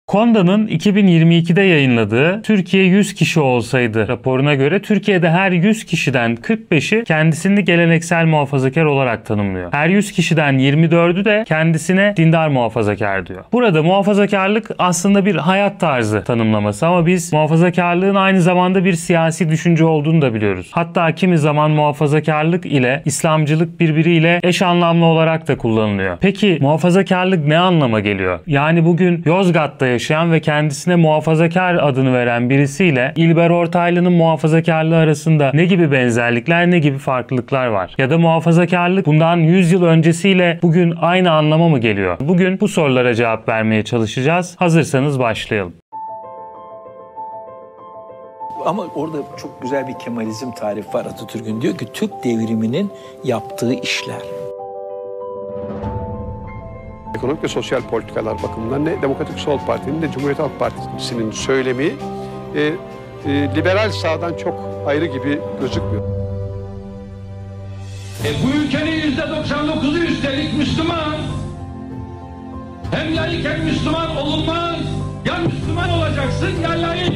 KONDA'nın 2022'de yayınladığı Türkiye 100 kişi olsaydı raporuna göre Türkiye'de her 100 kişiden 45'i kendisini geleneksel muhafazakar olarak tanımlıyor. Her 100 kişiden 24'ü de kendisine dindar muhafazakar diyor. Burada muhafazakarlık aslında bir hayat tarzı tanımlaması ama biz muhafazakarlığın aynı zamanda bir siyasi düşünce olduğunu da biliyoruz. Hatta kimi zaman muhafazakarlık ile İslamcılık birbiriyle eş anlamlı olarak da kullanılıyor. Peki muhafazakarlık ne anlama geliyor? Yani bugün Yozgat'ta yaşayan ve kendisine muhafazakar adını veren birisiyle İlber Ortaylı'nın muhafazakarlığı arasında ne gibi benzerlikler, ne gibi farklılıklar var? Ya da muhafazakarlık bundan 100 yıl öncesiyle bugün aynı anlama mı geliyor? Bugün bu sorulara cevap vermeye çalışacağız. Hazırsanız başlayalım. Ama orada çok güzel bir Kemalizm tarifi var Atatürk'ün. Diyor ki Türk devriminin yaptığı işler. Ekonomik ve sosyal politikalar bakımından ne Demokratik Sol Parti'nin ne Cumhuriyet Halk Partisi'nin söylemi liberal sağdan çok ayrı gibi gözükmüyor. Bu ülkenin %99'u üstelik Müslüman. Hem laik hem Müslüman olunmaz. Ya Müslüman olacaksın ya laik.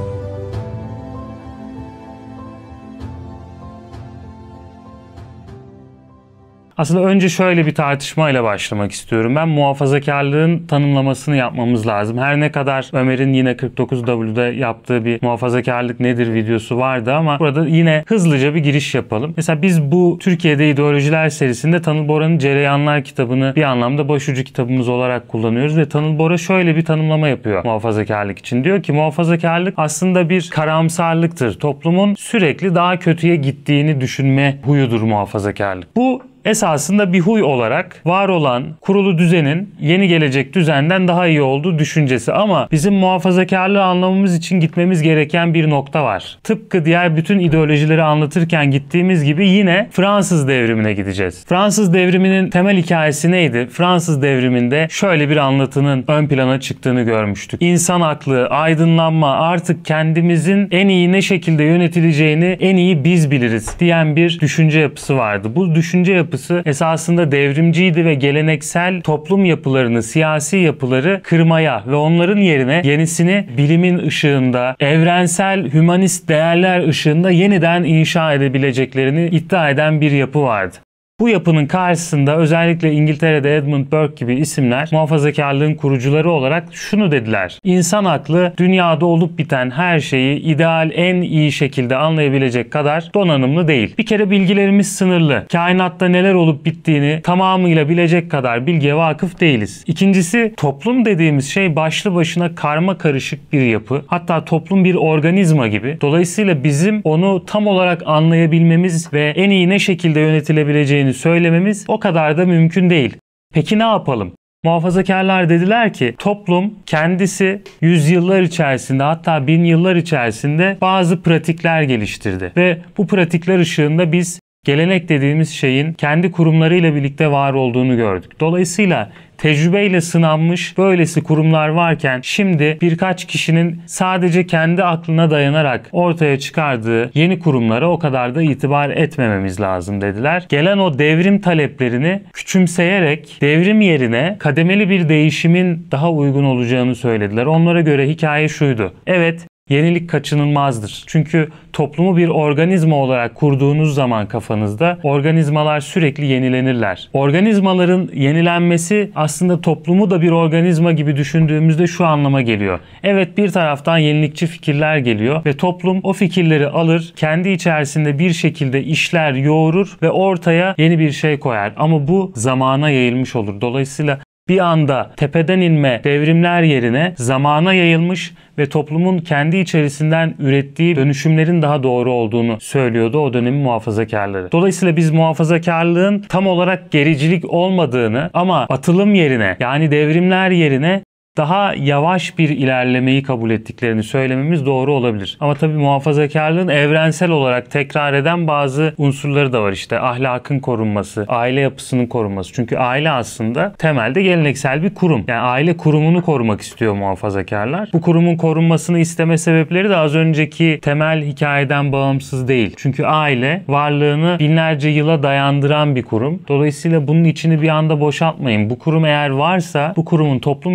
Aslında önce şöyle bir tartışmayla başlamak istiyorum. Ben muhafazakarlığın tanımlamasını yapmamız lazım. Her ne kadar Ömer'in yine 49W'da yaptığı bir muhafazakarlık nedir videosu vardı ama burada yine hızlıca bir giriş yapalım. Mesela biz bu Türkiye'de İdeolojiler serisinde Tanıl Bora'nın Cereyanlar kitabını bir anlamda başucu kitabımız olarak kullanıyoruz ve Tanıl Bora şöyle bir tanımlama yapıyor muhafazakarlık için. Diyor ki muhafazakarlık aslında bir karamsarlıktır. Toplumun sürekli daha kötüye gittiğini düşünme huyudur muhafazakarlık. Bu esasında bir huy olarak var olan kurulu düzenin yeni gelecek düzenden daha iyi olduğu düşüncesi ama bizim muhafazakarlığı anlamamız için gitmemiz gereken bir nokta var. Tıpkı diğer bütün ideolojileri anlatırken gittiğimiz gibi yine Fransız devrimine gideceğiz. Fransız devriminin temel hikayesi neydi? Fransız devriminde şöyle bir anlatının ön plana çıktığını görmüştük. İnsan aklı, aydınlanma, artık kendimizin en iyi ne şekilde yönetileceğini en iyi biz biliriz diyen bir düşünce yapısı vardı. Bu düşünce yapısı esasında devrimciydi ve geleneksel toplum yapılarını, siyasi yapıları kırmaya ve onların yerine yenisini bilimin ışığında, evrensel hümanist değerler ışığında yeniden inşa edebileceklerini iddia eden bir yapı vardı. Bu yapının karşısında özellikle İngiltere'de Edmund Burke gibi isimler muhafazakarlığın kurucuları olarak şunu dediler. İnsan aklı dünyada olup biten her şeyi ideal en iyi şekilde anlayabilecek kadar donanımlı değil. Bir kere bilgilerimiz sınırlı. Kainatta neler olup bittiğini tamamıyla bilecek kadar bilgiye vakıf değiliz. İkincisi toplum dediğimiz şey başlı başına karma karışık bir yapı. Hatta toplum bir organizma gibi. Dolayısıyla bizim onu tam olarak anlayabilmemiz ve en iyi ne şekilde yönetilebileceğini söylememiz o kadar da mümkün değil. Peki ne yapalım? Muhafazakarlar dediler ki toplum kendisi yüzyıllar içerisinde hatta bin yıllar içerisinde bazı pratikler geliştirdi. Ve bu pratikler ışığında biz gelenek dediğimiz şeyin kendi kurumlarıyla birlikte var olduğunu gördük. Dolayısıyla tecrübeyle sınanmış böylesi kurumlar varken şimdi birkaç kişinin sadece kendi aklına dayanarak ortaya çıkardığı yeni kurumlara o kadar da itibar etmememiz lazım dediler. Gelen o devrim taleplerini küçümseyerek devrim yerine kademeli bir değişimin daha uygun olacağını söylediler. Onlara göre hikaye şuydu. Evet, yenilik kaçınılmazdır. Çünkü toplumu bir organizma olarak kurduğunuz zaman kafanızda organizmalar sürekli yenilenirler. Organizmaların yenilenmesi aslında toplumu da bir organizma gibi düşündüğümüzde şu anlama geliyor. Evet, bir taraftan yenilikçi fikirler geliyor ve toplum o fikirleri alır, kendi içerisinde bir şekilde işler, yoğurur ve ortaya yeni bir şey koyar. Ama bu zamana yayılmış olur. Dolayısıyla bir anda tepeden inme devrimler yerine zamana yayılmış ve toplumun kendi içerisinden ürettiği dönüşümlerin daha doğru olduğunu söylüyordu o dönemin muhafazakarları. Dolayısıyla biz muhafazakarlığın tam olarak gericilik olmadığını ama atılım yerine yani devrimler yerine daha yavaş bir ilerlemeyi kabul ettiklerini söylememiz doğru olabilir. Ama tabii muhafazakarlığın evrensel olarak tekrar eden bazı unsurları da var. İşte ahlakın korunması, aile yapısının korunması. Çünkü aile aslında temelde geleneksel bir kurum. Yani aile kurumunu korumak istiyor muhafazakarlar. Bu kurumun korunmasını isteme sebepleri de az önceki temel hikayeden bağımsız değil. Çünkü aile varlığını binlerce yıla dayandıran bir kurum. Dolayısıyla bunun içini bir anda boşaltmayın. Bu kurum eğer varsa bu kurumun toplum içinde bir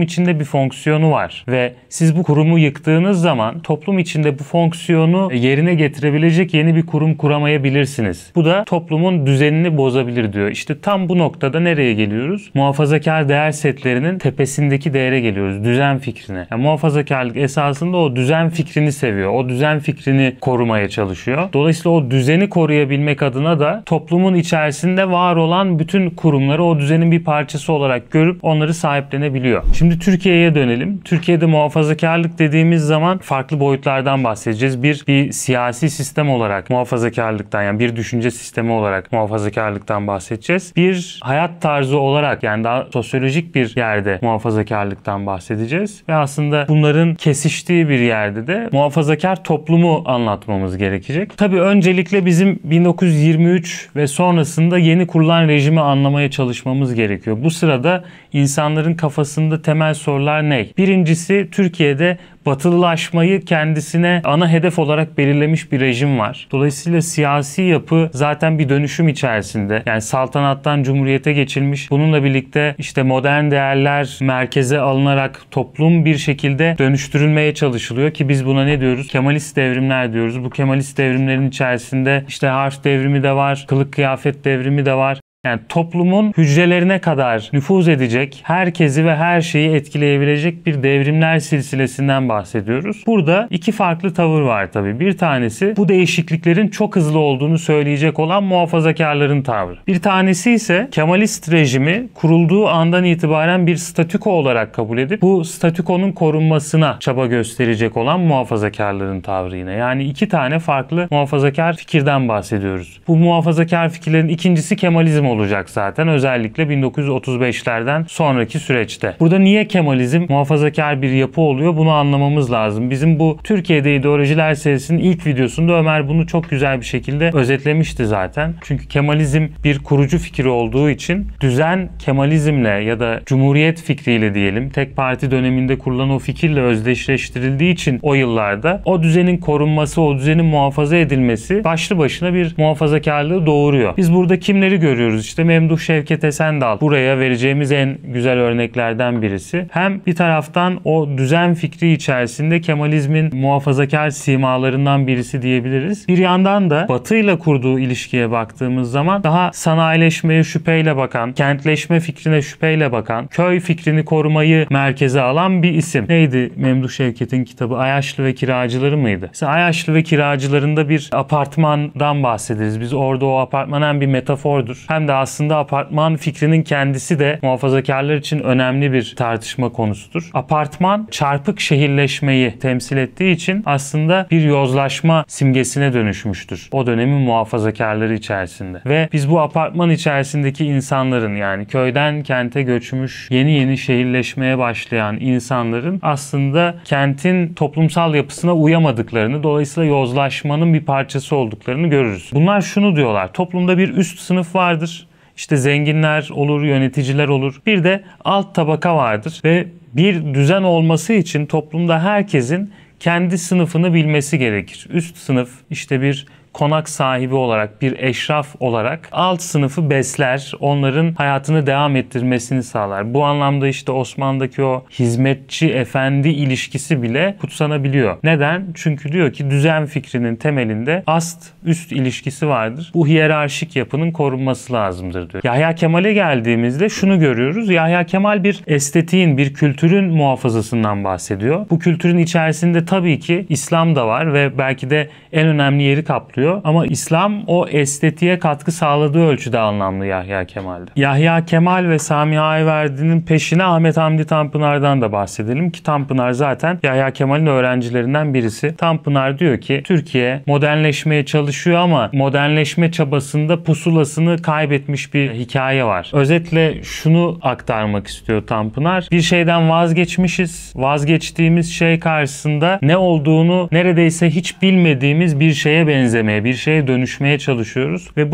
fonksiyonu var ve siz bu kurumu yıktığınız zaman toplum içinde bu fonksiyonu yerine getirebilecek yeni bir kurum kuramayabilirsiniz. Bu da toplumun düzenini bozabilir diyor. İşte tam bu noktada nereye geliyoruz? Muhafazakar değer setlerinin tepesindeki değere geliyoruz. Düzen fikrine. Yani muhafazakarlık esasında o düzen fikrini seviyor. O düzen fikrini korumaya çalışıyor. Dolayısıyla o düzeni koruyabilmek adına da toplumun içerisinde var olan bütün kurumları o düzenin bir parçası olarak görüp onları sahiplenebiliyor. Şimdi Türkiye'ye dönelim. Türkiye'de muhafazakarlık dediğimiz zaman farklı boyutlardan bahsedeceğiz. Bir siyasi sistem olarak muhafazakarlıktan, yani bir düşünce sistemi olarak muhafazakarlıktan bahsedeceğiz. Bir hayat tarzı olarak, yani daha sosyolojik bir yerde muhafazakarlıktan bahsedeceğiz. Ve aslında bunların kesiştiği bir yerde de muhafazakar toplumu anlatmamız gerekecek. Tabii öncelikle bizim 1923 ve sonrasında yeni kurulan rejimi anlamaya çalışmamız gerekiyor. Bu sırada insanların kafasında temel sorular ne? Birincisi, Türkiye'de batılılaşmayı kendisine ana hedef olarak belirlemiş bir rejim var. Dolayısıyla siyasi yapı zaten bir dönüşüm içerisinde. Yani saltanattan cumhuriyete geçilmiş. Bununla birlikte işte modern değerler merkeze alınarak toplum bir şekilde dönüştürülmeye çalışılıyor ki biz buna ne diyoruz? Kemalist devrimler diyoruz. Bu Kemalist devrimlerin içerisinde işte harf devrimi de var, kılık kıyafet devrimi de var. Yani toplumun hücrelerine kadar nüfuz edecek, herkesi ve her şeyi etkileyebilecek bir devrimler silsilesinden bahsediyoruz. Burada iki farklı tavır var tabii. Bir tanesi bu değişikliklerin çok hızlı olduğunu söyleyecek olan muhafazakarların tavrı. Bir tanesi ise Kemalist rejimi kurulduğu andan itibaren bir statüko olarak kabul edip bu statükonun korunmasına çaba gösterecek olan muhafazakarların tavrı yine. Yani iki tane farklı muhafazakar fikirden bahsediyoruz. Bu muhafazakar fikirlerin ikincisi Kemalizm olacak zaten. Özellikle 1935'lerden sonraki süreçte. Burada niye Kemalizm muhafazakar bir yapı oluyor? Bunu anlamamız lazım. Bizim bu Türkiye'de ideolojiler serisinin ilk videosunda Ömer bunu çok güzel bir şekilde özetlemişti zaten. Çünkü Kemalizm bir kurucu fikri olduğu için düzen Kemalizmle ya da Cumhuriyet fikriyle diyelim, tek parti döneminde kurulan o fikirle özdeşleştirildiği için o yıllarda o düzenin korunması, o düzenin muhafaza edilmesi başlı başına bir muhafazakarlığı doğuruyor. Biz burada kimleri görüyoruz? İşte Memduh Şevket Esendal buraya vereceğimiz en güzel örneklerden birisi. Hem bir taraftan o düzen fikri içerisinde Kemalizmin muhafazakar simalarından birisi diyebiliriz. Bir yandan da Batı ile kurduğu ilişkiye baktığımız zaman daha sanayileşmeye şüpheyle bakan, kentleşme fikrine şüpheyle bakan, köy fikrini korumayı merkeze alan bir isim. Neydi Memduh Şevket'in kitabı? Ayaşlı ve Kiracıları mıydı? Mesela Ayaşlı ve Kiracılarında bir apartmandan bahsederiz. Biz orada o apartman hem bir metafordur hem de aslında apartman fikrinin kendisi de muhafazakarlar için önemli bir tartışma konusudur. Apartman çarpık şehirleşmeyi temsil ettiği için aslında bir yozlaşma simgesine dönüşmüştür. O dönemin muhafazakarları içerisinde. Ve biz bu apartman içerisindeki insanların, yani köyden kente göçmüş, yeni şehirleşmeye başlayan insanların aslında kentin toplumsal yapısına uyamadıklarını, dolayısıyla yozlaşmanın bir parçası olduklarını görürüz. Bunlar şunu diyorlar: toplumda bir üst sınıf vardır. İşte zenginler olur, yöneticiler olur. Bir de alt tabaka vardır ve bir düzen olması için toplumda herkesin kendi sınıfını bilmesi gerekir. Üst sınıf işte bir konak sahibi olarak, bir eşraf olarak alt sınıfı besler, onların hayatını devam ettirmesini sağlar. Bu anlamda işte Osmanlı'daki o hizmetçi efendi ilişkisi bile kutsanabiliyor. Neden? Çünkü diyor ki düzen fikrinin temelinde ast-üst ilişkisi vardır. Bu hiyerarşik yapının korunması lazımdır diyor. Yahya Kemal'e geldiğimizde şunu görüyoruz. Yahya Kemal bir estetiğin, bir kültürün muhafazasından bahsediyor. Bu kültürün içerisinde tabii ki İslam da var ve belki de en önemli yeri kaplıyor. Ama İslam o estetiğe katkı sağladığı ölçüde anlamlı Yahya Kemal'de. Yahya Kemal ve Sami Ayverdi'nin peşine Ahmet Hamdi Tanpınar'dan da bahsedelim ki Tanpınar zaten Yahya Kemal'in öğrencilerinden birisi. Tanpınar diyor ki Türkiye modernleşmeye çalışıyor ama modernleşme çabasında pusulasını kaybetmiş bir hikaye var. Özetle şunu aktarmak istiyor Tanpınar: bir şeyden vazgeçmişiz. Vazgeçtiğimiz şey karşısında ne olduğunu neredeyse hiç bilmediğimiz bir şeye benzemeye, bir şeye dönüşmeye çalışıyoruz ve bu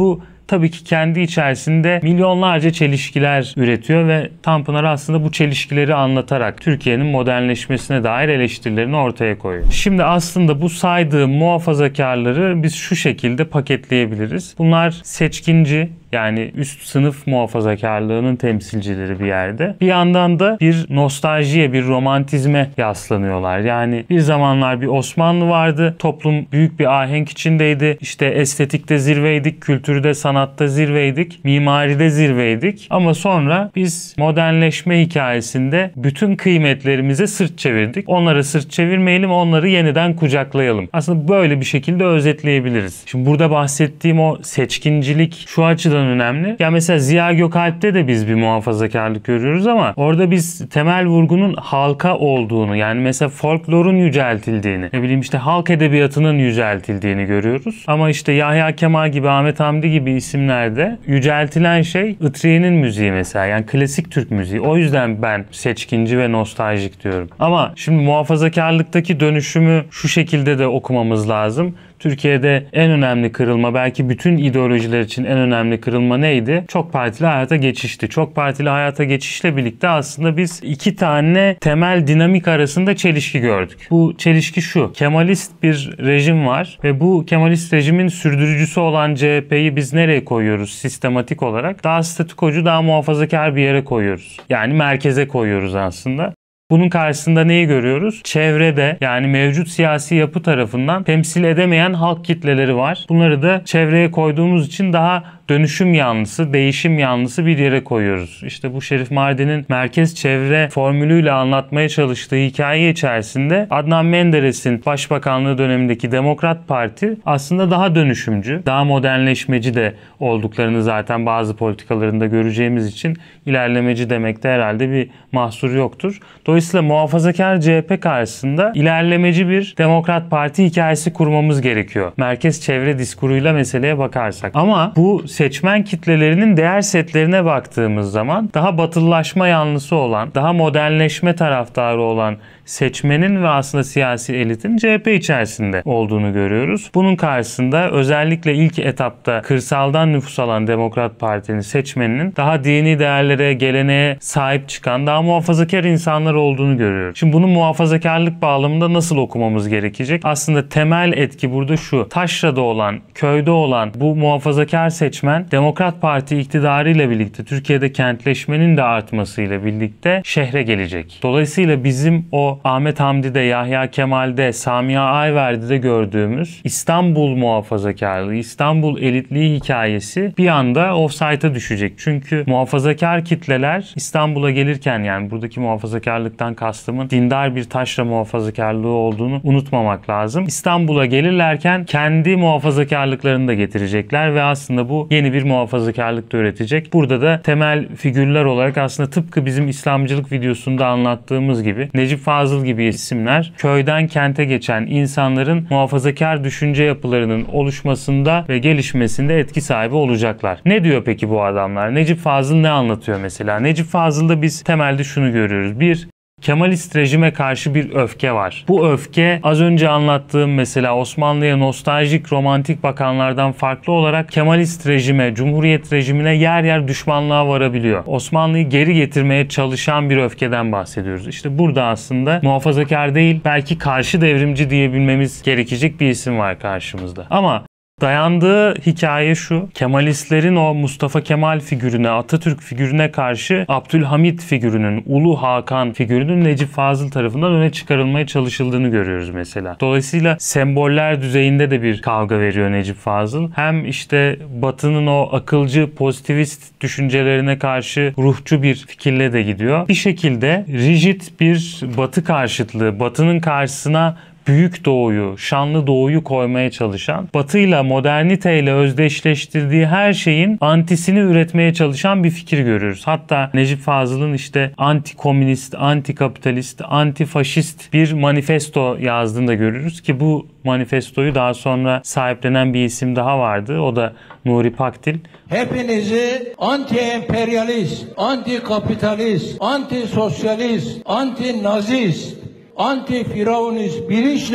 tabii ki kendi içerisinde milyonlarca çelişkiler üretiyor ve Tanpınar aslında bu çelişkileri anlatarak Türkiye'nin modernleşmesine dair eleştirilerini ortaya koyuyor. Şimdi aslında bu saydığım muhafazakarları biz şu şekilde paketleyebiliriz. Bunlar seçkinci, yani üst sınıf muhafazakarlığının temsilcileri bir yerde. Bir yandan da bir nostaljiye, bir romantizme yaslanıyorlar. Yani bir zamanlar bir Osmanlı vardı. Toplum büyük bir ahenk içindeydi. İşte estetikte zirveydik, kültürde, sanatta zirveydik, mimaride zirveydik. Ama sonra biz modernleşme hikayesinde bütün kıymetlerimize sırt çevirdik. Onlara sırt çevirmeyelim, onları yeniden kucaklayalım. Aslında böyle bir şekilde özetleyebiliriz. Şimdi burada bahsettiğim o seçkincilik şu açıdan önemli. Ya mesela Ziya Gökalp'te de biz bir muhafazakarlık görüyoruz ama orada biz temel vurgunun halka olduğunu, yani mesela folklorun yüceltildiğini, ne bileyim işte halk edebiyatının yüceltildiğini görüyoruz. Ama işte Yahya Kemal gibi, Ahmet Hamdi gibi isimlerde yüceltilen şey Itriye'nin müziği mesela. Yani klasik Türk müziği. O yüzden ben seçkinci ve nostaljik diyorum. Ama şimdi muhafazakarlıktaki dönüşümü şu şekilde de okumamız lazım. Türkiye'de en önemli kırılma, belki bütün ideolojiler için en önemli kırılma neydi? Çok partili hayata geçişti. Çok partili hayata geçişle birlikte aslında biz iki tane temel dinamik arasında çelişki gördük. Bu çelişki şu: Kemalist bir rejim var ve bu Kemalist rejimin sürdürücüsü olan CHP'yi biz nereye koyuyoruz sistematik olarak? Daha statükocu, daha muhafazakar bir yere koyuyoruz. Yani merkeze koyuyoruz aslında. Bunun karşısında neyi görüyoruz? Çevrede, yani mevcut siyasi yapı tarafından temsil edemeyen halk kitleleri var. Bunları da çevreye koyduğumuz için daha dönüşüm yanlısı, değişim yanlısı bir yere koyuyoruz. İşte bu Şerif Mardin'in merkez çevre formülüyle anlatmaya çalıştığı hikaye içerisinde Adnan Menderes'in başbakanlığı dönemindeki Demokrat Parti aslında daha dönüşümcü, daha modernleşmeci de olduklarını zaten bazı politikalarında göreceğimiz için ilerlemeci demekte herhalde bir mahsur yoktur. Dolayısıyla muhafazakar CHP karşısında ilerlemeci bir Demokrat Parti hikayesi kurmamız gerekiyor. Merkez çevre diskuruyla meseleye bakarsak. Ama bu seçmen kitlelerinin değer setlerine baktığımız zaman daha batılılaşma yanlısı olan, daha modernleşme taraftarı olan seçmenin ve aslında siyasi elitin CHP içerisinde olduğunu görüyoruz. Bunun karşısında özellikle ilk etapta kırsaldan nüfus alan Demokrat Parti'nin seçmeninin daha dini değerlere, geleneğe sahip çıkan, daha muhafazakar insanlar olduğunu görüyoruz. Şimdi bunu muhafazakarlık bağlamında nasıl okumamız gerekecek? Aslında temel etki burada şu: taşrada olan, köyde olan bu muhafazakar seçmen Demokrat Parti iktidarıyla birlikte, Türkiye'de kentleşmenin de artmasıyla birlikte şehre gelecek. Dolayısıyla bizim o Ahmet Hamdi'de, Yahya Kemal'de, Samiha Ayverdi'de gördüğümüz İstanbul muhafazakarlığı, İstanbul elitliği hikayesi bir anda offside'a düşecek. Çünkü muhafazakar kitleler İstanbul'a gelirken, yani buradaki muhafazakarlıktan kastımın dindar bir taşra muhafazakarlığı olduğunu unutmamak lazım. İstanbul'a gelirlerken kendi muhafazakarlıklarını da getirecekler ve aslında bu yeni bir muhafazakarlık da üretecek. Burada da temel figürler olarak aslında tıpkı bizim İslamcılık videosunda anlattığımız gibi Necip Fazıl gibi isimler köyden kente geçen insanların muhafazakar düşünce yapılarının oluşmasında ve gelişmesinde etki sahibi olacaklar. Ne diyor peki bu adamlar? Necip Fazıl ne anlatıyor mesela? Necip Fazıl'da biz temelde şunu görüyoruz. Bir, Kemalist rejime karşı bir öfke var. Bu öfke az önce anlattığım mesela Osmanlı'ya nostaljik, romantik bakanlardan farklı olarak Kemalist rejime, Cumhuriyet rejimine yer yer düşmanlığa varabiliyor. Osmanlı'yı geri getirmeye çalışan bir öfkeden bahsediyoruz. İşte burada aslında muhafazakar değil, belki karşı devrimci diyebilmemiz gerekecek bir isim var karşımızda. Ama dayandığı hikaye şu: Kemalistlerin o Mustafa Kemal figürüne, Atatürk figürüne karşı Abdülhamit figürünün, Ulu Hakan figürünün Necip Fazıl tarafından öne çıkarılmaya çalışıldığını görüyoruz mesela. Dolayısıyla semboller düzeyinde de bir kavga veriyor Necip Fazıl. Hem işte Batı'nın o akılcı, pozitivist düşüncelerine karşı ruhçu bir fikirle de gidiyor. Bir şekilde rigid bir Batı karşıtlığı, Batı'nın karşısına Büyük Doğu'yu, şanlı Doğu'yu koymaya çalışan, Batı'yla, moderniteyle özdeşleştirdiği her şeyin antisini üretmeye çalışan bir fikir görüyoruz. Hatta Necip Fazıl'ın işte anti-komünist, anti-kapitalist, anti-faşist bir manifesto yazdığını da görürüz ki bu manifestoyu daha sonra sahiplenen bir isim daha vardı. O da Nuri Pakdil. Hepinizi anti-emperyalist, anti-kapitalist, anti-sosyalist, anti-nazist, anti-firavunist bilinçle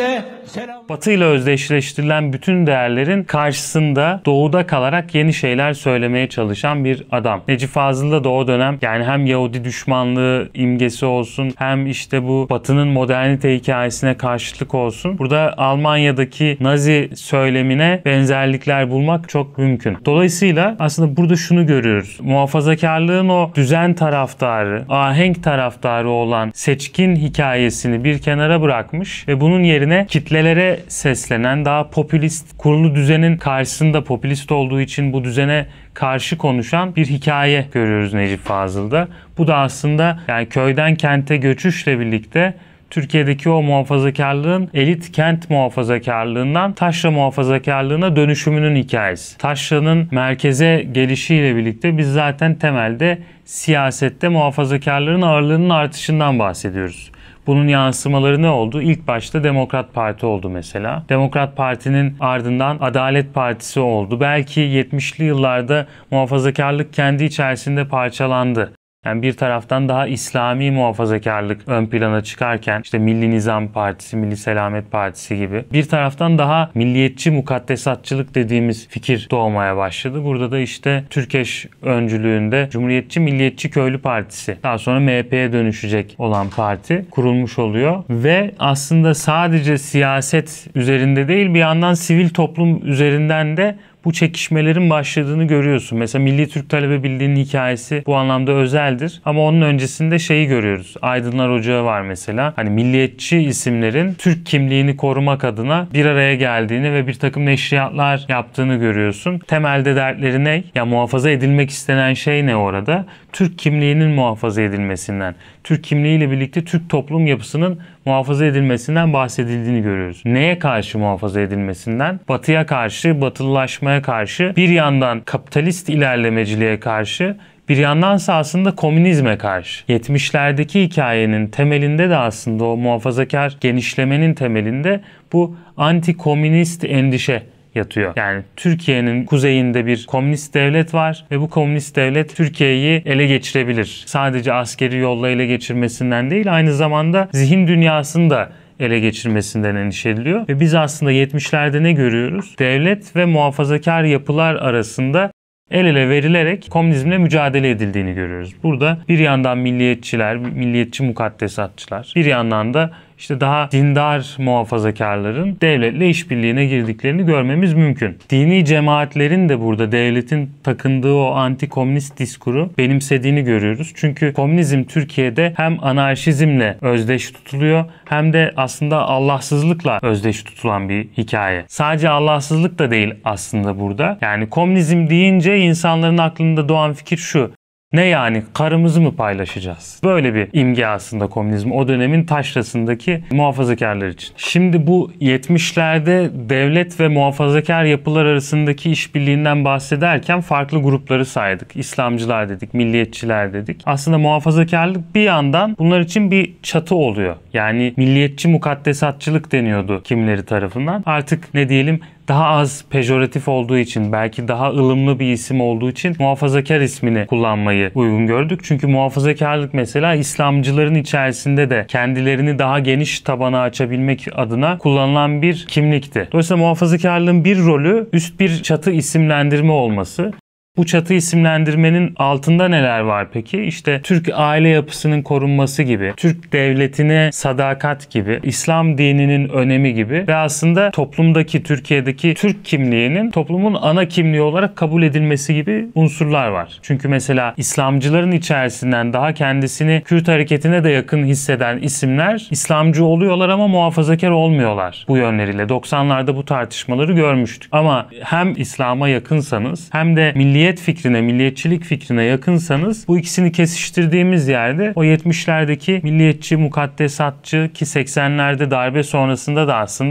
selam. Batı ile özdeşleştirilen bütün değerlerin karşısında doğuda kalarak yeni şeyler söylemeye çalışan bir adam. Necip Fazıl'da da o dönem yani hem Yahudi düşmanlığı imgesi olsun hem işte bu Batı'nın modernite hikayesine karşılık olsun. Burada Almanya'daki Nazi söylemine benzerlikler bulmak çok mümkün. Dolayısıyla aslında burada şunu görüyoruz. Muhafazakarlığın o düzen taraftarı, ahenk taraftarı olan seçkin hikayesini bir kenara bırakmış ve bunun yerine kitlelere seslenen daha popülist, kurulu düzenin karşısında popülist olduğu için bu düzene karşı konuşan bir hikaye görüyoruz Necip Fazıl'da. Bu da aslında yani köyden kente göçüşle birlikte Türkiye'deki o muhafazakarlığın elit kent muhafazakarlığından taşra muhafazakarlığına dönüşümünün hikayesi. Taşranın merkeze gelişiyle birlikte biz zaten temelde siyasette muhafazakarların ağırlığının artışından bahsediyoruz. Bunun yansımaları ne oldu? İlk başta Demokrat Parti oldu mesela. Demokrat Parti'nin ardından Adalet Partisi oldu. Belki 70'li yıllarda muhafazakarlık kendi içerisinde parçalandı. Yani bir taraftan daha İslami muhafazakarlık ön plana çıkarken işte Milli Nizam Partisi, Milli Selamet Partisi gibi bir taraftan daha milliyetçi mukaddesatçılık dediğimiz fikir doğmaya başladı. Burada da işte Türkeş öncülüğünde Cumhuriyetçi Milliyetçi Köylü Partisi daha sonra MHP'ye dönüşecek olan parti kurulmuş oluyor ve aslında sadece siyaset üzerinde değil bir yandan sivil toplum üzerinden de bu çekişmelerin başladığını görüyorsun. Mesela Milli Türk Talebe Birliği'nin hikayesi bu anlamda özeldir. Ama onun öncesinde şeyi görüyoruz. Aydınlar Ocağı var mesela. Hani milliyetçi isimlerin Türk kimliğini korumak adına bir araya geldiğini ve bir takım neşriyatlar yaptığını görüyorsun. Temelde dertleri ne? Ya muhafaza edilmek istenen şey ne orada? Türk kimliğinin muhafaza edilmesinden, Türk kimliğiyle birlikte Türk toplum yapısının muhafaza edilmesinden bahsedildiğini görüyoruz. Neye karşı muhafaza edilmesinden? Batıya karşı, batılılaşmaya karşı, bir yandan kapitalist ilerlemeciliğe karşı, bir yandansa aslında komünizme karşı. 70'lerdeki hikayenin temelinde de aslında o muhafazakar genişlemenin temelinde bu anti-komünist endişe yatıyor. Yani Türkiye'nin kuzeyinde bir komünist devlet var ve bu komünist devlet Türkiye'yi ele geçirebilir. Sadece askeri yolla ele geçirmesinden değil, aynı zamanda zihin dünyasını da ele geçirmesinden endişe ediliyor. Ve biz aslında 70'lerde ne görüyoruz? Devlet ve muhafazakar yapılar arasında el ele verilerek komünizmle mücadele edildiğini görüyoruz. Burada bir yandan milliyetçiler, milliyetçi mukaddesatçılar, bir yandan da işte daha dindar muhafazakarların devletle işbirliğine girdiklerini görmemiz mümkün. Dini cemaatlerin de burada devletin takındığı o anti-komünist diskuru benimsediğini görüyoruz. Çünkü komünizm Türkiye'de hem anarşizmle özdeş tutuluyor hem de aslında Allahsızlıkla özdeş tutulan bir hikaye. Sadece Allahsızlık da değil aslında burada. Yani komünizm deyince insanların aklında doğan fikir şu: ne yani, karımızı mı paylaşacağız? Böyle bir imge aslında komünizm o dönemin taşrasındaki muhafazakarlar için. Şimdi bu 70'lerde devlet ve muhafazakar yapılar arasındaki işbirliğinden bahsederken farklı grupları saydık. İslamcılar dedik, milliyetçiler dedik. Aslında muhafazakarlık bir yandan bunlar için bir çatı oluyor. Yani milliyetçi mukaddesatçılık deniyordu kimileri tarafından. Artık ne diyelim, daha az pejoratif olduğu için, belki daha ılımlı bir isim olduğu için muhafazakar ismini kullanmayı uygun gördük. Çünkü muhafazakarlık mesela İslamcıların içerisinde de kendilerini daha geniş tabana açabilmek adına kullanılan bir kimlikti. Dolayısıyla muhafazakarlığın bir rolü üst bir çatı isimlendirme olması. Bu çatı isimlendirmenin altında neler var peki? İşte Türk aile yapısının korunması gibi, Türk devletine sadakat gibi, İslam dininin önemi gibi ve aslında toplumdaki, Türkiye'deki Türk kimliğinin toplumun ana kimliği olarak kabul edilmesi gibi unsurlar var. Çünkü mesela İslamcıların içerisinden daha kendisini Kürt hareketine de yakın hisseden isimler İslamcı oluyorlar ama muhafazakar olmuyorlar bu yönleriyle. 90'larda bu tartışmaları görmüştük. Ama hem İslam'a yakınsanız hem de milliyetçilik fikrine yakınsanız bu ikisini kesiştirdiğimiz yerde o 70'lerdeki milliyetçi, mukaddesatçı ki 80'lerde darbe sonrasında da aslında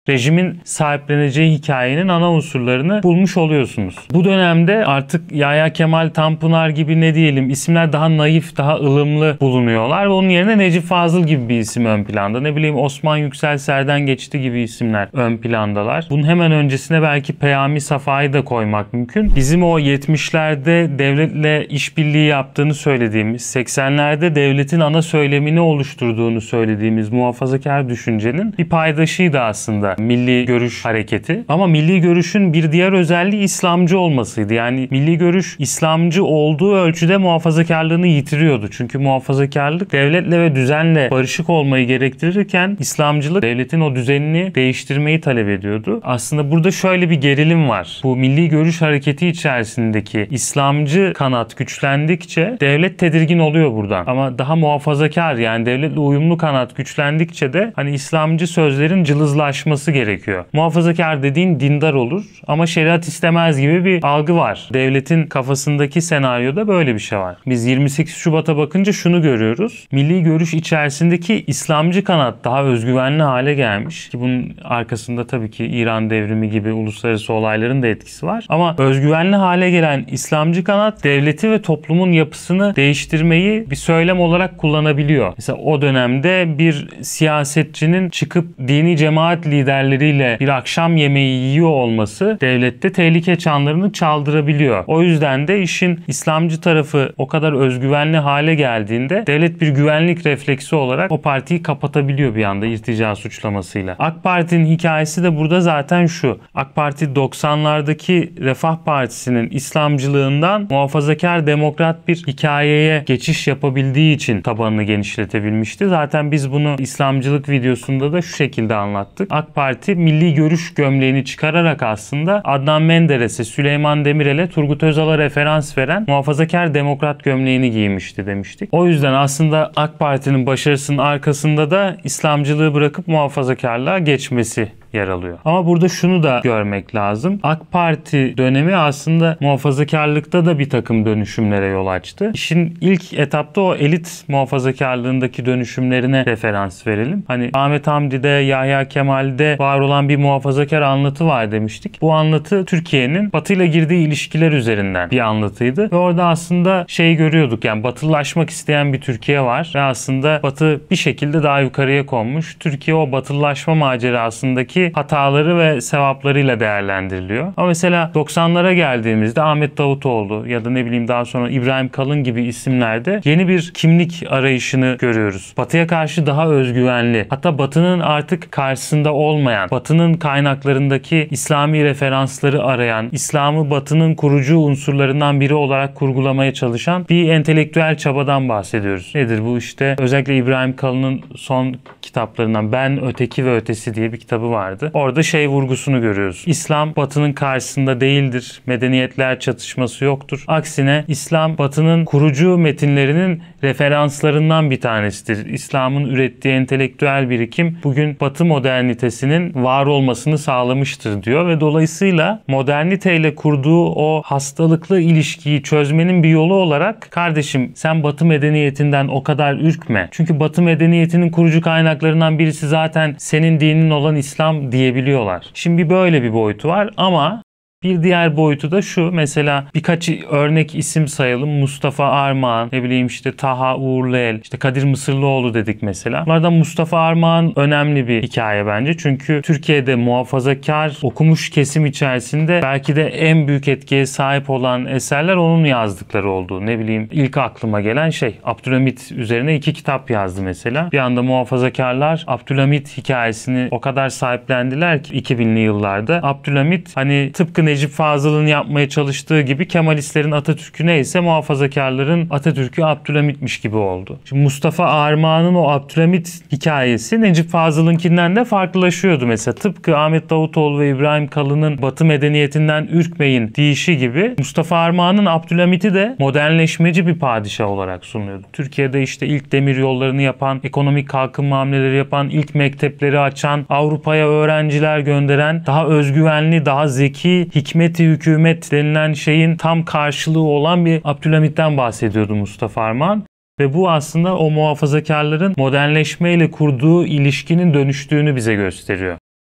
rejimin sahipleneceği hikayenin ana unsurlarını bulmuş oluyorsunuz. Bu dönemde artık Yahya Kemal, Tanpınar gibi ne diyelim isimler daha naif, daha ılımlı bulunuyorlar ve onun yerine Necip Fazıl gibi bir isim ön planda. Ne bileyim Osman Yüksel, Serden Geçti gibi isimler ön plandalar. Bunun hemen öncesine belki Peyami Safa'yı da koymak mümkün. Bizim o 70'lerde devletle işbirliği yaptığını söylediğimiz, 80'lerde devletin ana söylemini oluşturduğunu söylediğimiz muhafazakar düşüncenin bir paydaşıydı aslında Milli Görüş hareketi. Ama Milli Görüş'ün bir diğer özelliği İslamcı olmasıydı. Yani Milli Görüş İslamcı olduğu ölçüde muhafazakarlığını yitiriyordu. Çünkü muhafazakarlık devletle ve düzenle barışık olmayı gerektirirken İslamcılık devletin o düzenini değiştirmeyi talep ediyordu. Aslında burada şöyle bir gerilim var. Bu Milli Görüş hareketi içerisindeki İslamcı kanat güçlendikçe devlet tedirgin oluyor buradan. Ama daha muhafazakar yani devletle uyumlu kanat güçlendikçe de hani İslamcı sözlerin cılızlaşması gerekiyor. Muhafazakar dediğin dindar olur ama şeriat istemez gibi bir algı var. Devletin kafasındaki senaryoda böyle bir şey var. Biz 28 Şubat'a bakınca şunu görüyoruz. Milli Görüş içerisindeki İslamcı kanat daha özgüvenli hale gelmiş. Ki bunun arkasında tabii ki İran devrimi gibi uluslararası olayların da etkisi var. Ama özgüvenli hale gelen İslamcı kanat devleti ve toplumun yapısını değiştirmeyi bir söylem olarak kullanabiliyor. Mesela o dönemde bir siyasetçinin çıkıp dini cemaat liderleriyle bir akşam yemeği yiyor olması devlette tehlike çanlarını çaldırabiliyor. O yüzden de işin İslamcı tarafı o kadar özgüvenli hale geldiğinde devlet bir güvenlik refleksi olarak o partiyi kapatabiliyor bir anda irtica suçlamasıyla. AK Parti'nin hikayesi de burada zaten şu. AK Parti 90'lardaki Refah Partisi'nin İslamcılığından muhafazakar demokrat bir hikayeye geçiş yapabildiği için tabanını genişletebilmişti. Zaten biz bunu İslamcılık videosunda da şu şekilde anlattık. AK Parti milli görüş gömleğini çıkararak aslında Adnan Menderes'e, Süleyman Demirel'e, Turgut Özal'a referans veren muhafazakar demokrat gömleğini giymişti demiştik. O yüzden aslında AK Parti'nin başarısının arkasında da İslamcılığı bırakıp muhafazakarlığa geçmesi yer alıyor. Ama burada şunu da görmek lazım. AK Parti dönemi aslında muhafazakarlıkta da bir takım dönüşümlere yol açtı. İşin ilk etapta o elit muhafazakarlığındaki dönüşümlerine referans verelim. Hani Ahmet Hamdi'de, Yahya Kemal'de var olan bir muhafazakar anlatı var demiştik. Bu anlatı Türkiye'nin Batı'yla girdiği ilişkiler üzerinden bir anlatıydı. Ve orada aslında görüyorduk yani batılılaşmak isteyen bir Türkiye var ve aslında Batı bir şekilde daha yukarıya konmuş. Türkiye o batılılaşma macerasındaki hataları ve sevaplarıyla değerlendiriliyor. Ama mesela 90'lara geldiğimizde Ahmet Davutoğlu ya da ne bileyim daha sonra İbrahim Kalın gibi isimlerde yeni bir kimlik arayışını görüyoruz. Batı'ya karşı daha özgüvenli, hatta Batı'nın artık karşısında olmayan, Batı'nın kaynaklarındaki İslami referansları arayan, İslam'ı Batı'nın kurucu unsurlarından biri olarak kurgulamaya çalışan bir entelektüel çabadan bahsediyoruz. Nedir bu işte? Özellikle İbrahim Kalın'ın son kitaplarından Ben, Öteki ve Ötesi diye bir kitabı vardı. Orada vurgusunu görüyoruz. İslam Batı'nın karşısında değildir. Medeniyetler çatışması yoktur. Aksine İslam Batı'nın kurucu metinlerinin referanslarından bir tanesidir. İslam'ın ürettiği entelektüel birikim bugün Batı modernitesinin var olmasını sağlamıştır diyor ve dolayısıyla moderniteyle kurduğu o hastalıklı ilişkiyi çözmenin bir yolu olarak kardeşim sen Batı medeniyetinden o kadar ürkme. Çünkü Batı medeniyetinin kurucu kaynaklarından birisi zaten senin dinin olan İslam diyebiliyorlar. Şimdi böyle bir boyutu var ama bir diğer boyutu da şu. Mesela birkaç örnek isim sayalım. Mustafa Armağan, ne bileyim Taha Uğurluel, Kadir Mısırlıoğlu dedik mesela. Bunlardan Mustafa Armağan önemli bir hikaye bence. Çünkü Türkiye'de muhafazakar okumuş kesim içerisinde belki de en büyük etkiye sahip olan eserler onun yazdıkları oldu. Ne bileyim ilk aklıma gelen Abdülhamit üzerine 2 kitap yazdı mesela. Bir anda muhafazakarlar Abdülhamit hikayesini o kadar sahiplendiler ki 2000'li yıllarda. Abdülhamit tıpkı Necip Fazıl'ın yapmaya çalıştığı gibi Kemalistlerin Atatürk'ü neyse muhafazakarların Atatürk'ü Abdülhamit'miş gibi oldu. Şimdi Mustafa Armağan'ın o Abdülhamit hikayesi Necip Fazıl'ınkinden de farklılaşıyordu mesela. Tıpkı Ahmet Davutoğlu ve İbrahim Kalın'ın Batı medeniyetinden ürkmeyin deyişi gibi Mustafa Armağan'ın Abdülhamit'i de modernleşmeci bir padişah olarak sunuyordu. Türkiye'de ilk demir yollarını yapan, ekonomik kalkınma hamleleri yapan, ilk mektepleri açan, Avrupa'ya öğrenciler gönderen, daha özgüvenli, daha zeki, hikmet-i hükümet denilen şeyin tam karşılığı olan bir Abdülhamit'ten bahsediyordu Mustafa Armağan. Ve bu aslında o muhafazakarların modernleşmeyle kurduğu ilişkinin dönüştüğünü bize gösteriyor.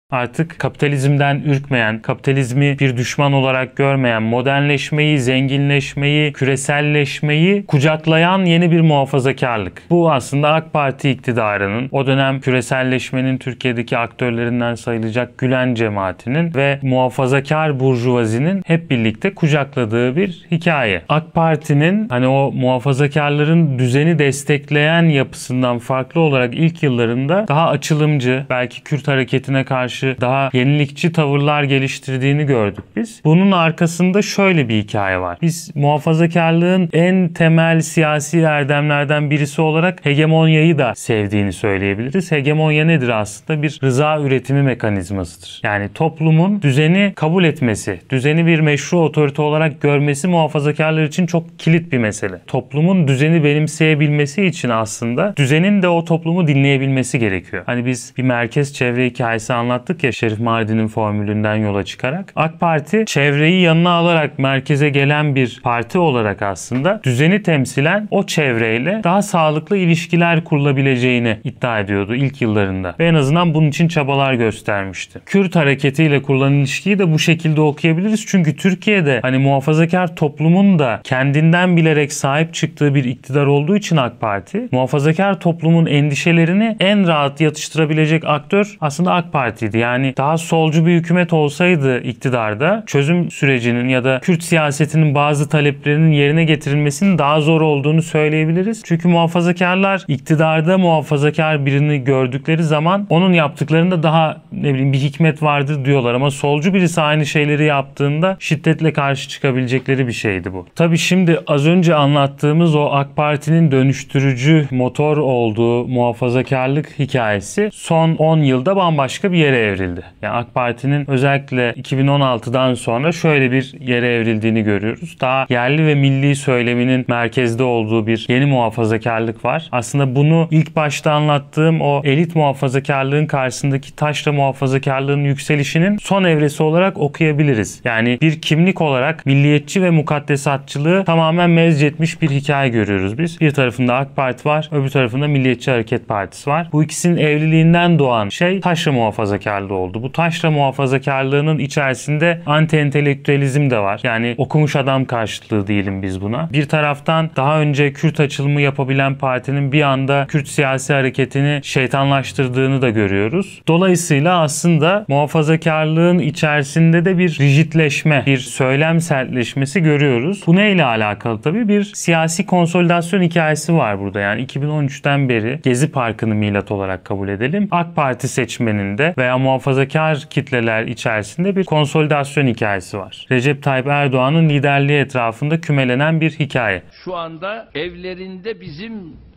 Artık kapitalizmden ürkmeyen, kapitalizmi bir düşman olarak görmeyen, modernleşmeyi, zenginleşmeyi, küreselleşmeyi kucaklayan yeni bir muhafazakarlık. Bu aslında AK Parti iktidarının, o dönem küreselleşmenin Türkiye'deki aktörlerinden sayılacak Gülen cemaatinin ve muhafazakar burjuvazinin hep birlikte kucakladığı bir hikaye. AK Parti'nin hani o muhafazakarların düzeni destekleyen yapısından farklı olarak ilk yıllarında daha açılımcı, belki Kürt hareketine karşı daha yenilikçi tavırlar geliştirdiğini gördük biz. Bunun arkasında şöyle bir hikaye var. Biz muhafazakarlığın en temel siyasi erdemlerden birisi olarak hegemonyayı da sevdiğini söyleyebiliriz. Hegemonya nedir aslında? Bir rıza üretimi mekanizmasıdır. Yani toplumun düzeni kabul etmesi, düzeni bir meşru otorite olarak görmesi muhafazakarlar için çok kilit bir mesele. Toplumun düzeni benimseyebilmesi için aslında düzenin de o toplumu dinleyebilmesi gerekiyor. Hani biz bir merkez çevre hikayesi anlattık ya Şerif Mardin'in formülünden yola çıkarak. AK Parti çevreyi yanına alarak merkeze gelen bir parti olarak aslında düzeni temsilen o çevreyle daha sağlıklı ilişkiler kurulabileceğini iddia ediyordu ilk yıllarında. Ve en azından bunun için çabalar göstermişti. Kürt hareketiyle kurulan ilişkiyi de bu şekilde okuyabiliriz. Çünkü Türkiye'de hani muhafazakar toplumun da kendinden bilerek sahip çıktığı bir iktidar olduğu için AK Parti, muhafazakar toplumun endişelerini en rahat yatıştırabilecek aktör aslında AK Parti'ydi. Yani daha solcu bir hükümet olsaydı iktidarda çözüm sürecinin ya da Kürt siyasetinin bazı taleplerinin yerine getirilmesinin daha zor olduğunu söyleyebiliriz. Çünkü muhafazakarlar iktidarda muhafazakar birini gördükleri zaman onun yaptıklarında daha bir hikmet vardır diyorlar ama solcu birisi aynı şeyleri yaptığında şiddetle karşı çıkabilecekleri bir şeydi bu. Tabii şimdi az önce anlattığımız o AK Parti'nin dönüştürücü motor olduğu muhafazakarlık hikayesi son 10 yılda bambaşka bir yere evrildi. Yani AK Parti'nin özellikle 2016'dan sonra şöyle bir yere evrildiğini görüyoruz. Daha yerli ve milli söyleminin merkezde olduğu bir yeni muhafazakarlık var. Aslında bunu ilk başta anlattığım o elit muhafazakarlığın karşısındaki taşra muhafazakarlığın yükselişinin son evresi olarak okuyabiliriz. Yani bir kimlik olarak milliyetçi ve mukaddesatçılığı tamamen mezcetmiş bir hikaye görüyoruz biz. Bir tarafında AK Parti var, öbür tarafında Milliyetçi Hareket Partisi var. Bu ikisinin evliliğinden doğan şey taşra muhafazakarlığı oldu. Bu taşra muhafazakarlığının içerisinde anti-entelektüelizm de var. Yani okumuş adam karşıtlığı diyelim biz buna. Bir taraftan daha önce Kürt açılımı yapabilen partinin bir anda Kürt siyasi hareketini şeytanlaştırdığını da görüyoruz. Dolayısıyla aslında muhafazakarlığın içerisinde de bir rigidleşme, bir söylem sertleşmesi görüyoruz. Bu neyle alakalı tabii? Bir siyasi konsolidasyon hikayesi var burada. Yani 2013'ten beri Gezi Parkı'nı milat olarak kabul edelim. AK Parti seçmeninde veya muhafazakar kitleler içerisinde bir konsolidasyon hikayesi var. Recep Tayyip Erdoğan'ın liderliği etrafında kümelenen bir hikaye. Şu anda evlerinde bizim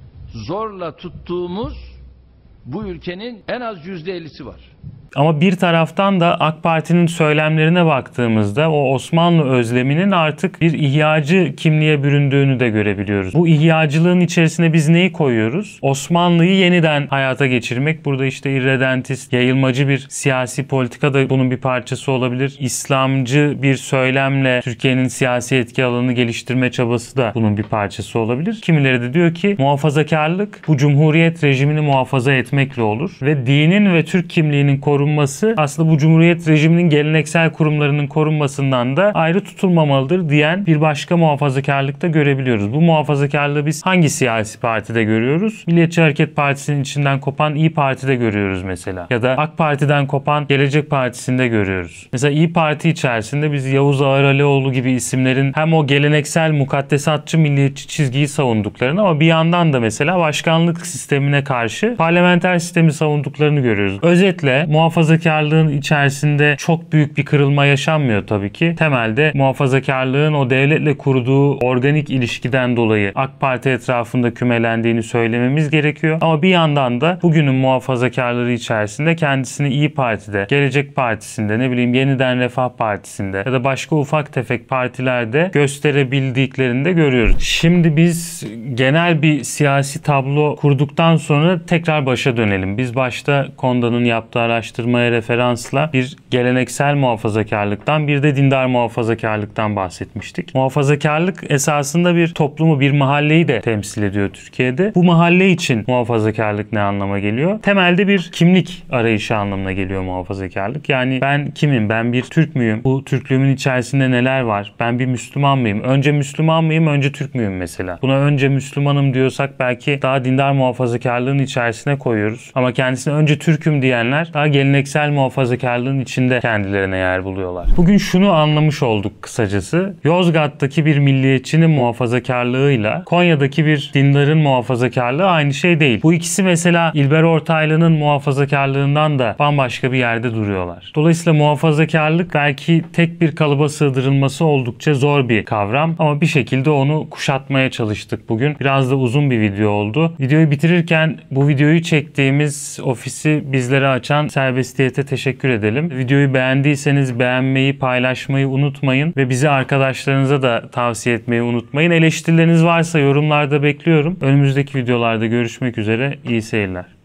zorla tuttuğumuz bu ülkenin en az %50'si var. Ama bir taraftan da AK Parti'nin söylemlerine baktığımızda o Osmanlı özleminin artık bir ihyacı kimliğe büründüğünü de görebiliyoruz. Bu ihyacılığın içerisine biz neyi koyuyoruz? Osmanlı'yı yeniden hayata geçirmek. Burada işte irredentist, yayılmacı bir siyasi politika da bunun bir parçası olabilir. İslamcı bir söylemle Türkiye'nin siyasi etki alanını geliştirme çabası da bunun bir parçası olabilir. Kimileri de diyor ki muhafazakarlık bu cumhuriyet rejimini muhafaza etmekle olur ve dinin ve Türk kimliğinin korunması aslında bu cumhuriyet rejiminin geleneksel kurumlarının korunmasından da ayrı tutulmamalıdır diyen bir başka muhafazakarlıkta görebiliyoruz. Bu muhafazakarlığı biz hangi siyasi partide görüyoruz? Milliyetçi Hareket Partisi'nin içinden kopan İYİ Parti'de görüyoruz mesela. Ya da AK Parti'den kopan Gelecek Partisi'nde görüyoruz. Mesela İYİ Parti içerisinde biz Yavuz Ağaralioğlu gibi isimlerin hem o geleneksel mukaddesatçı milliyetçi çizgiyi savunduklarını ama bir yandan da mesela başkanlık sistemine karşı parlamenter sistemi savunduklarını görüyoruz. Özetle muhafazakarlığın içerisinde çok büyük bir kırılma yaşanmıyor tabii ki. Temelde muhafazakarlığın o devletle kurduğu organik ilişkiden dolayı AK Parti etrafında kümelendiğini söylememiz gerekiyor. Ama bir yandan da bugünün muhafazakarları içerisinde kendisini İYİ Parti'de, Gelecek Partisi'nde, Yeniden Refah Partisi'nde ya da başka ufak tefek partilerde gösterebildiklerini de görüyoruz. Şimdi biz genel bir siyasi tablo kurduktan sonra tekrar başa dönelim. Biz başta Konda'nın yaptığı araştırma araştırmaya referansla bir geleneksel muhafazakarlıktan, bir de dindar muhafazakarlıktan bahsetmiştik. Muhafazakarlık esasında bir toplumu, bir mahalleyi de temsil ediyor Türkiye'de. Bu mahalle için muhafazakarlık ne anlama geliyor? Temelde bir kimlik arayışı anlamına geliyor muhafazakarlık. Yani ben kimim? Ben bir Türk müyüm? Bu Türklüğümün içerisinde neler var? Ben bir Müslüman mıyım? Önce Müslüman mıyım? Önce Türk müyüm mesela? Buna önce Müslümanım diyorsak belki daha dindar muhafazakarlığın içerisine koyuyoruz. Ama kendisine önce Türk'üm diyenler daha geleneksel muhafazakarlığın içinde kendilerine yer buluyorlar. Bugün şunu anlamış olduk kısacası. Yozgat'taki bir milliyetçinin muhafazakarlığıyla Konya'daki bir dindarın muhafazakarlığı aynı şey değil. Bu ikisi mesela İlber Ortaylı'nın muhafazakarlığından da bambaşka bir yerde duruyorlar. Dolayısıyla muhafazakarlık belki tek bir kalıba sığdırılması oldukça zor bir kavram ama bir şekilde onu kuşatmaya çalıştık bugün. Biraz da uzun bir video oldu. Videoyu bitirirken bu videoyu çektiğimiz ofisi bizlere açan Serbestiyet'e teşekkür edelim. Videoyu beğendiyseniz beğenmeyi, paylaşmayı unutmayın ve bizi arkadaşlarınıza da tavsiye etmeyi unutmayın. Eleştirileriniz varsa yorumlarda bekliyorum. Önümüzdeki videolarda görüşmek üzere. İyi seyirler.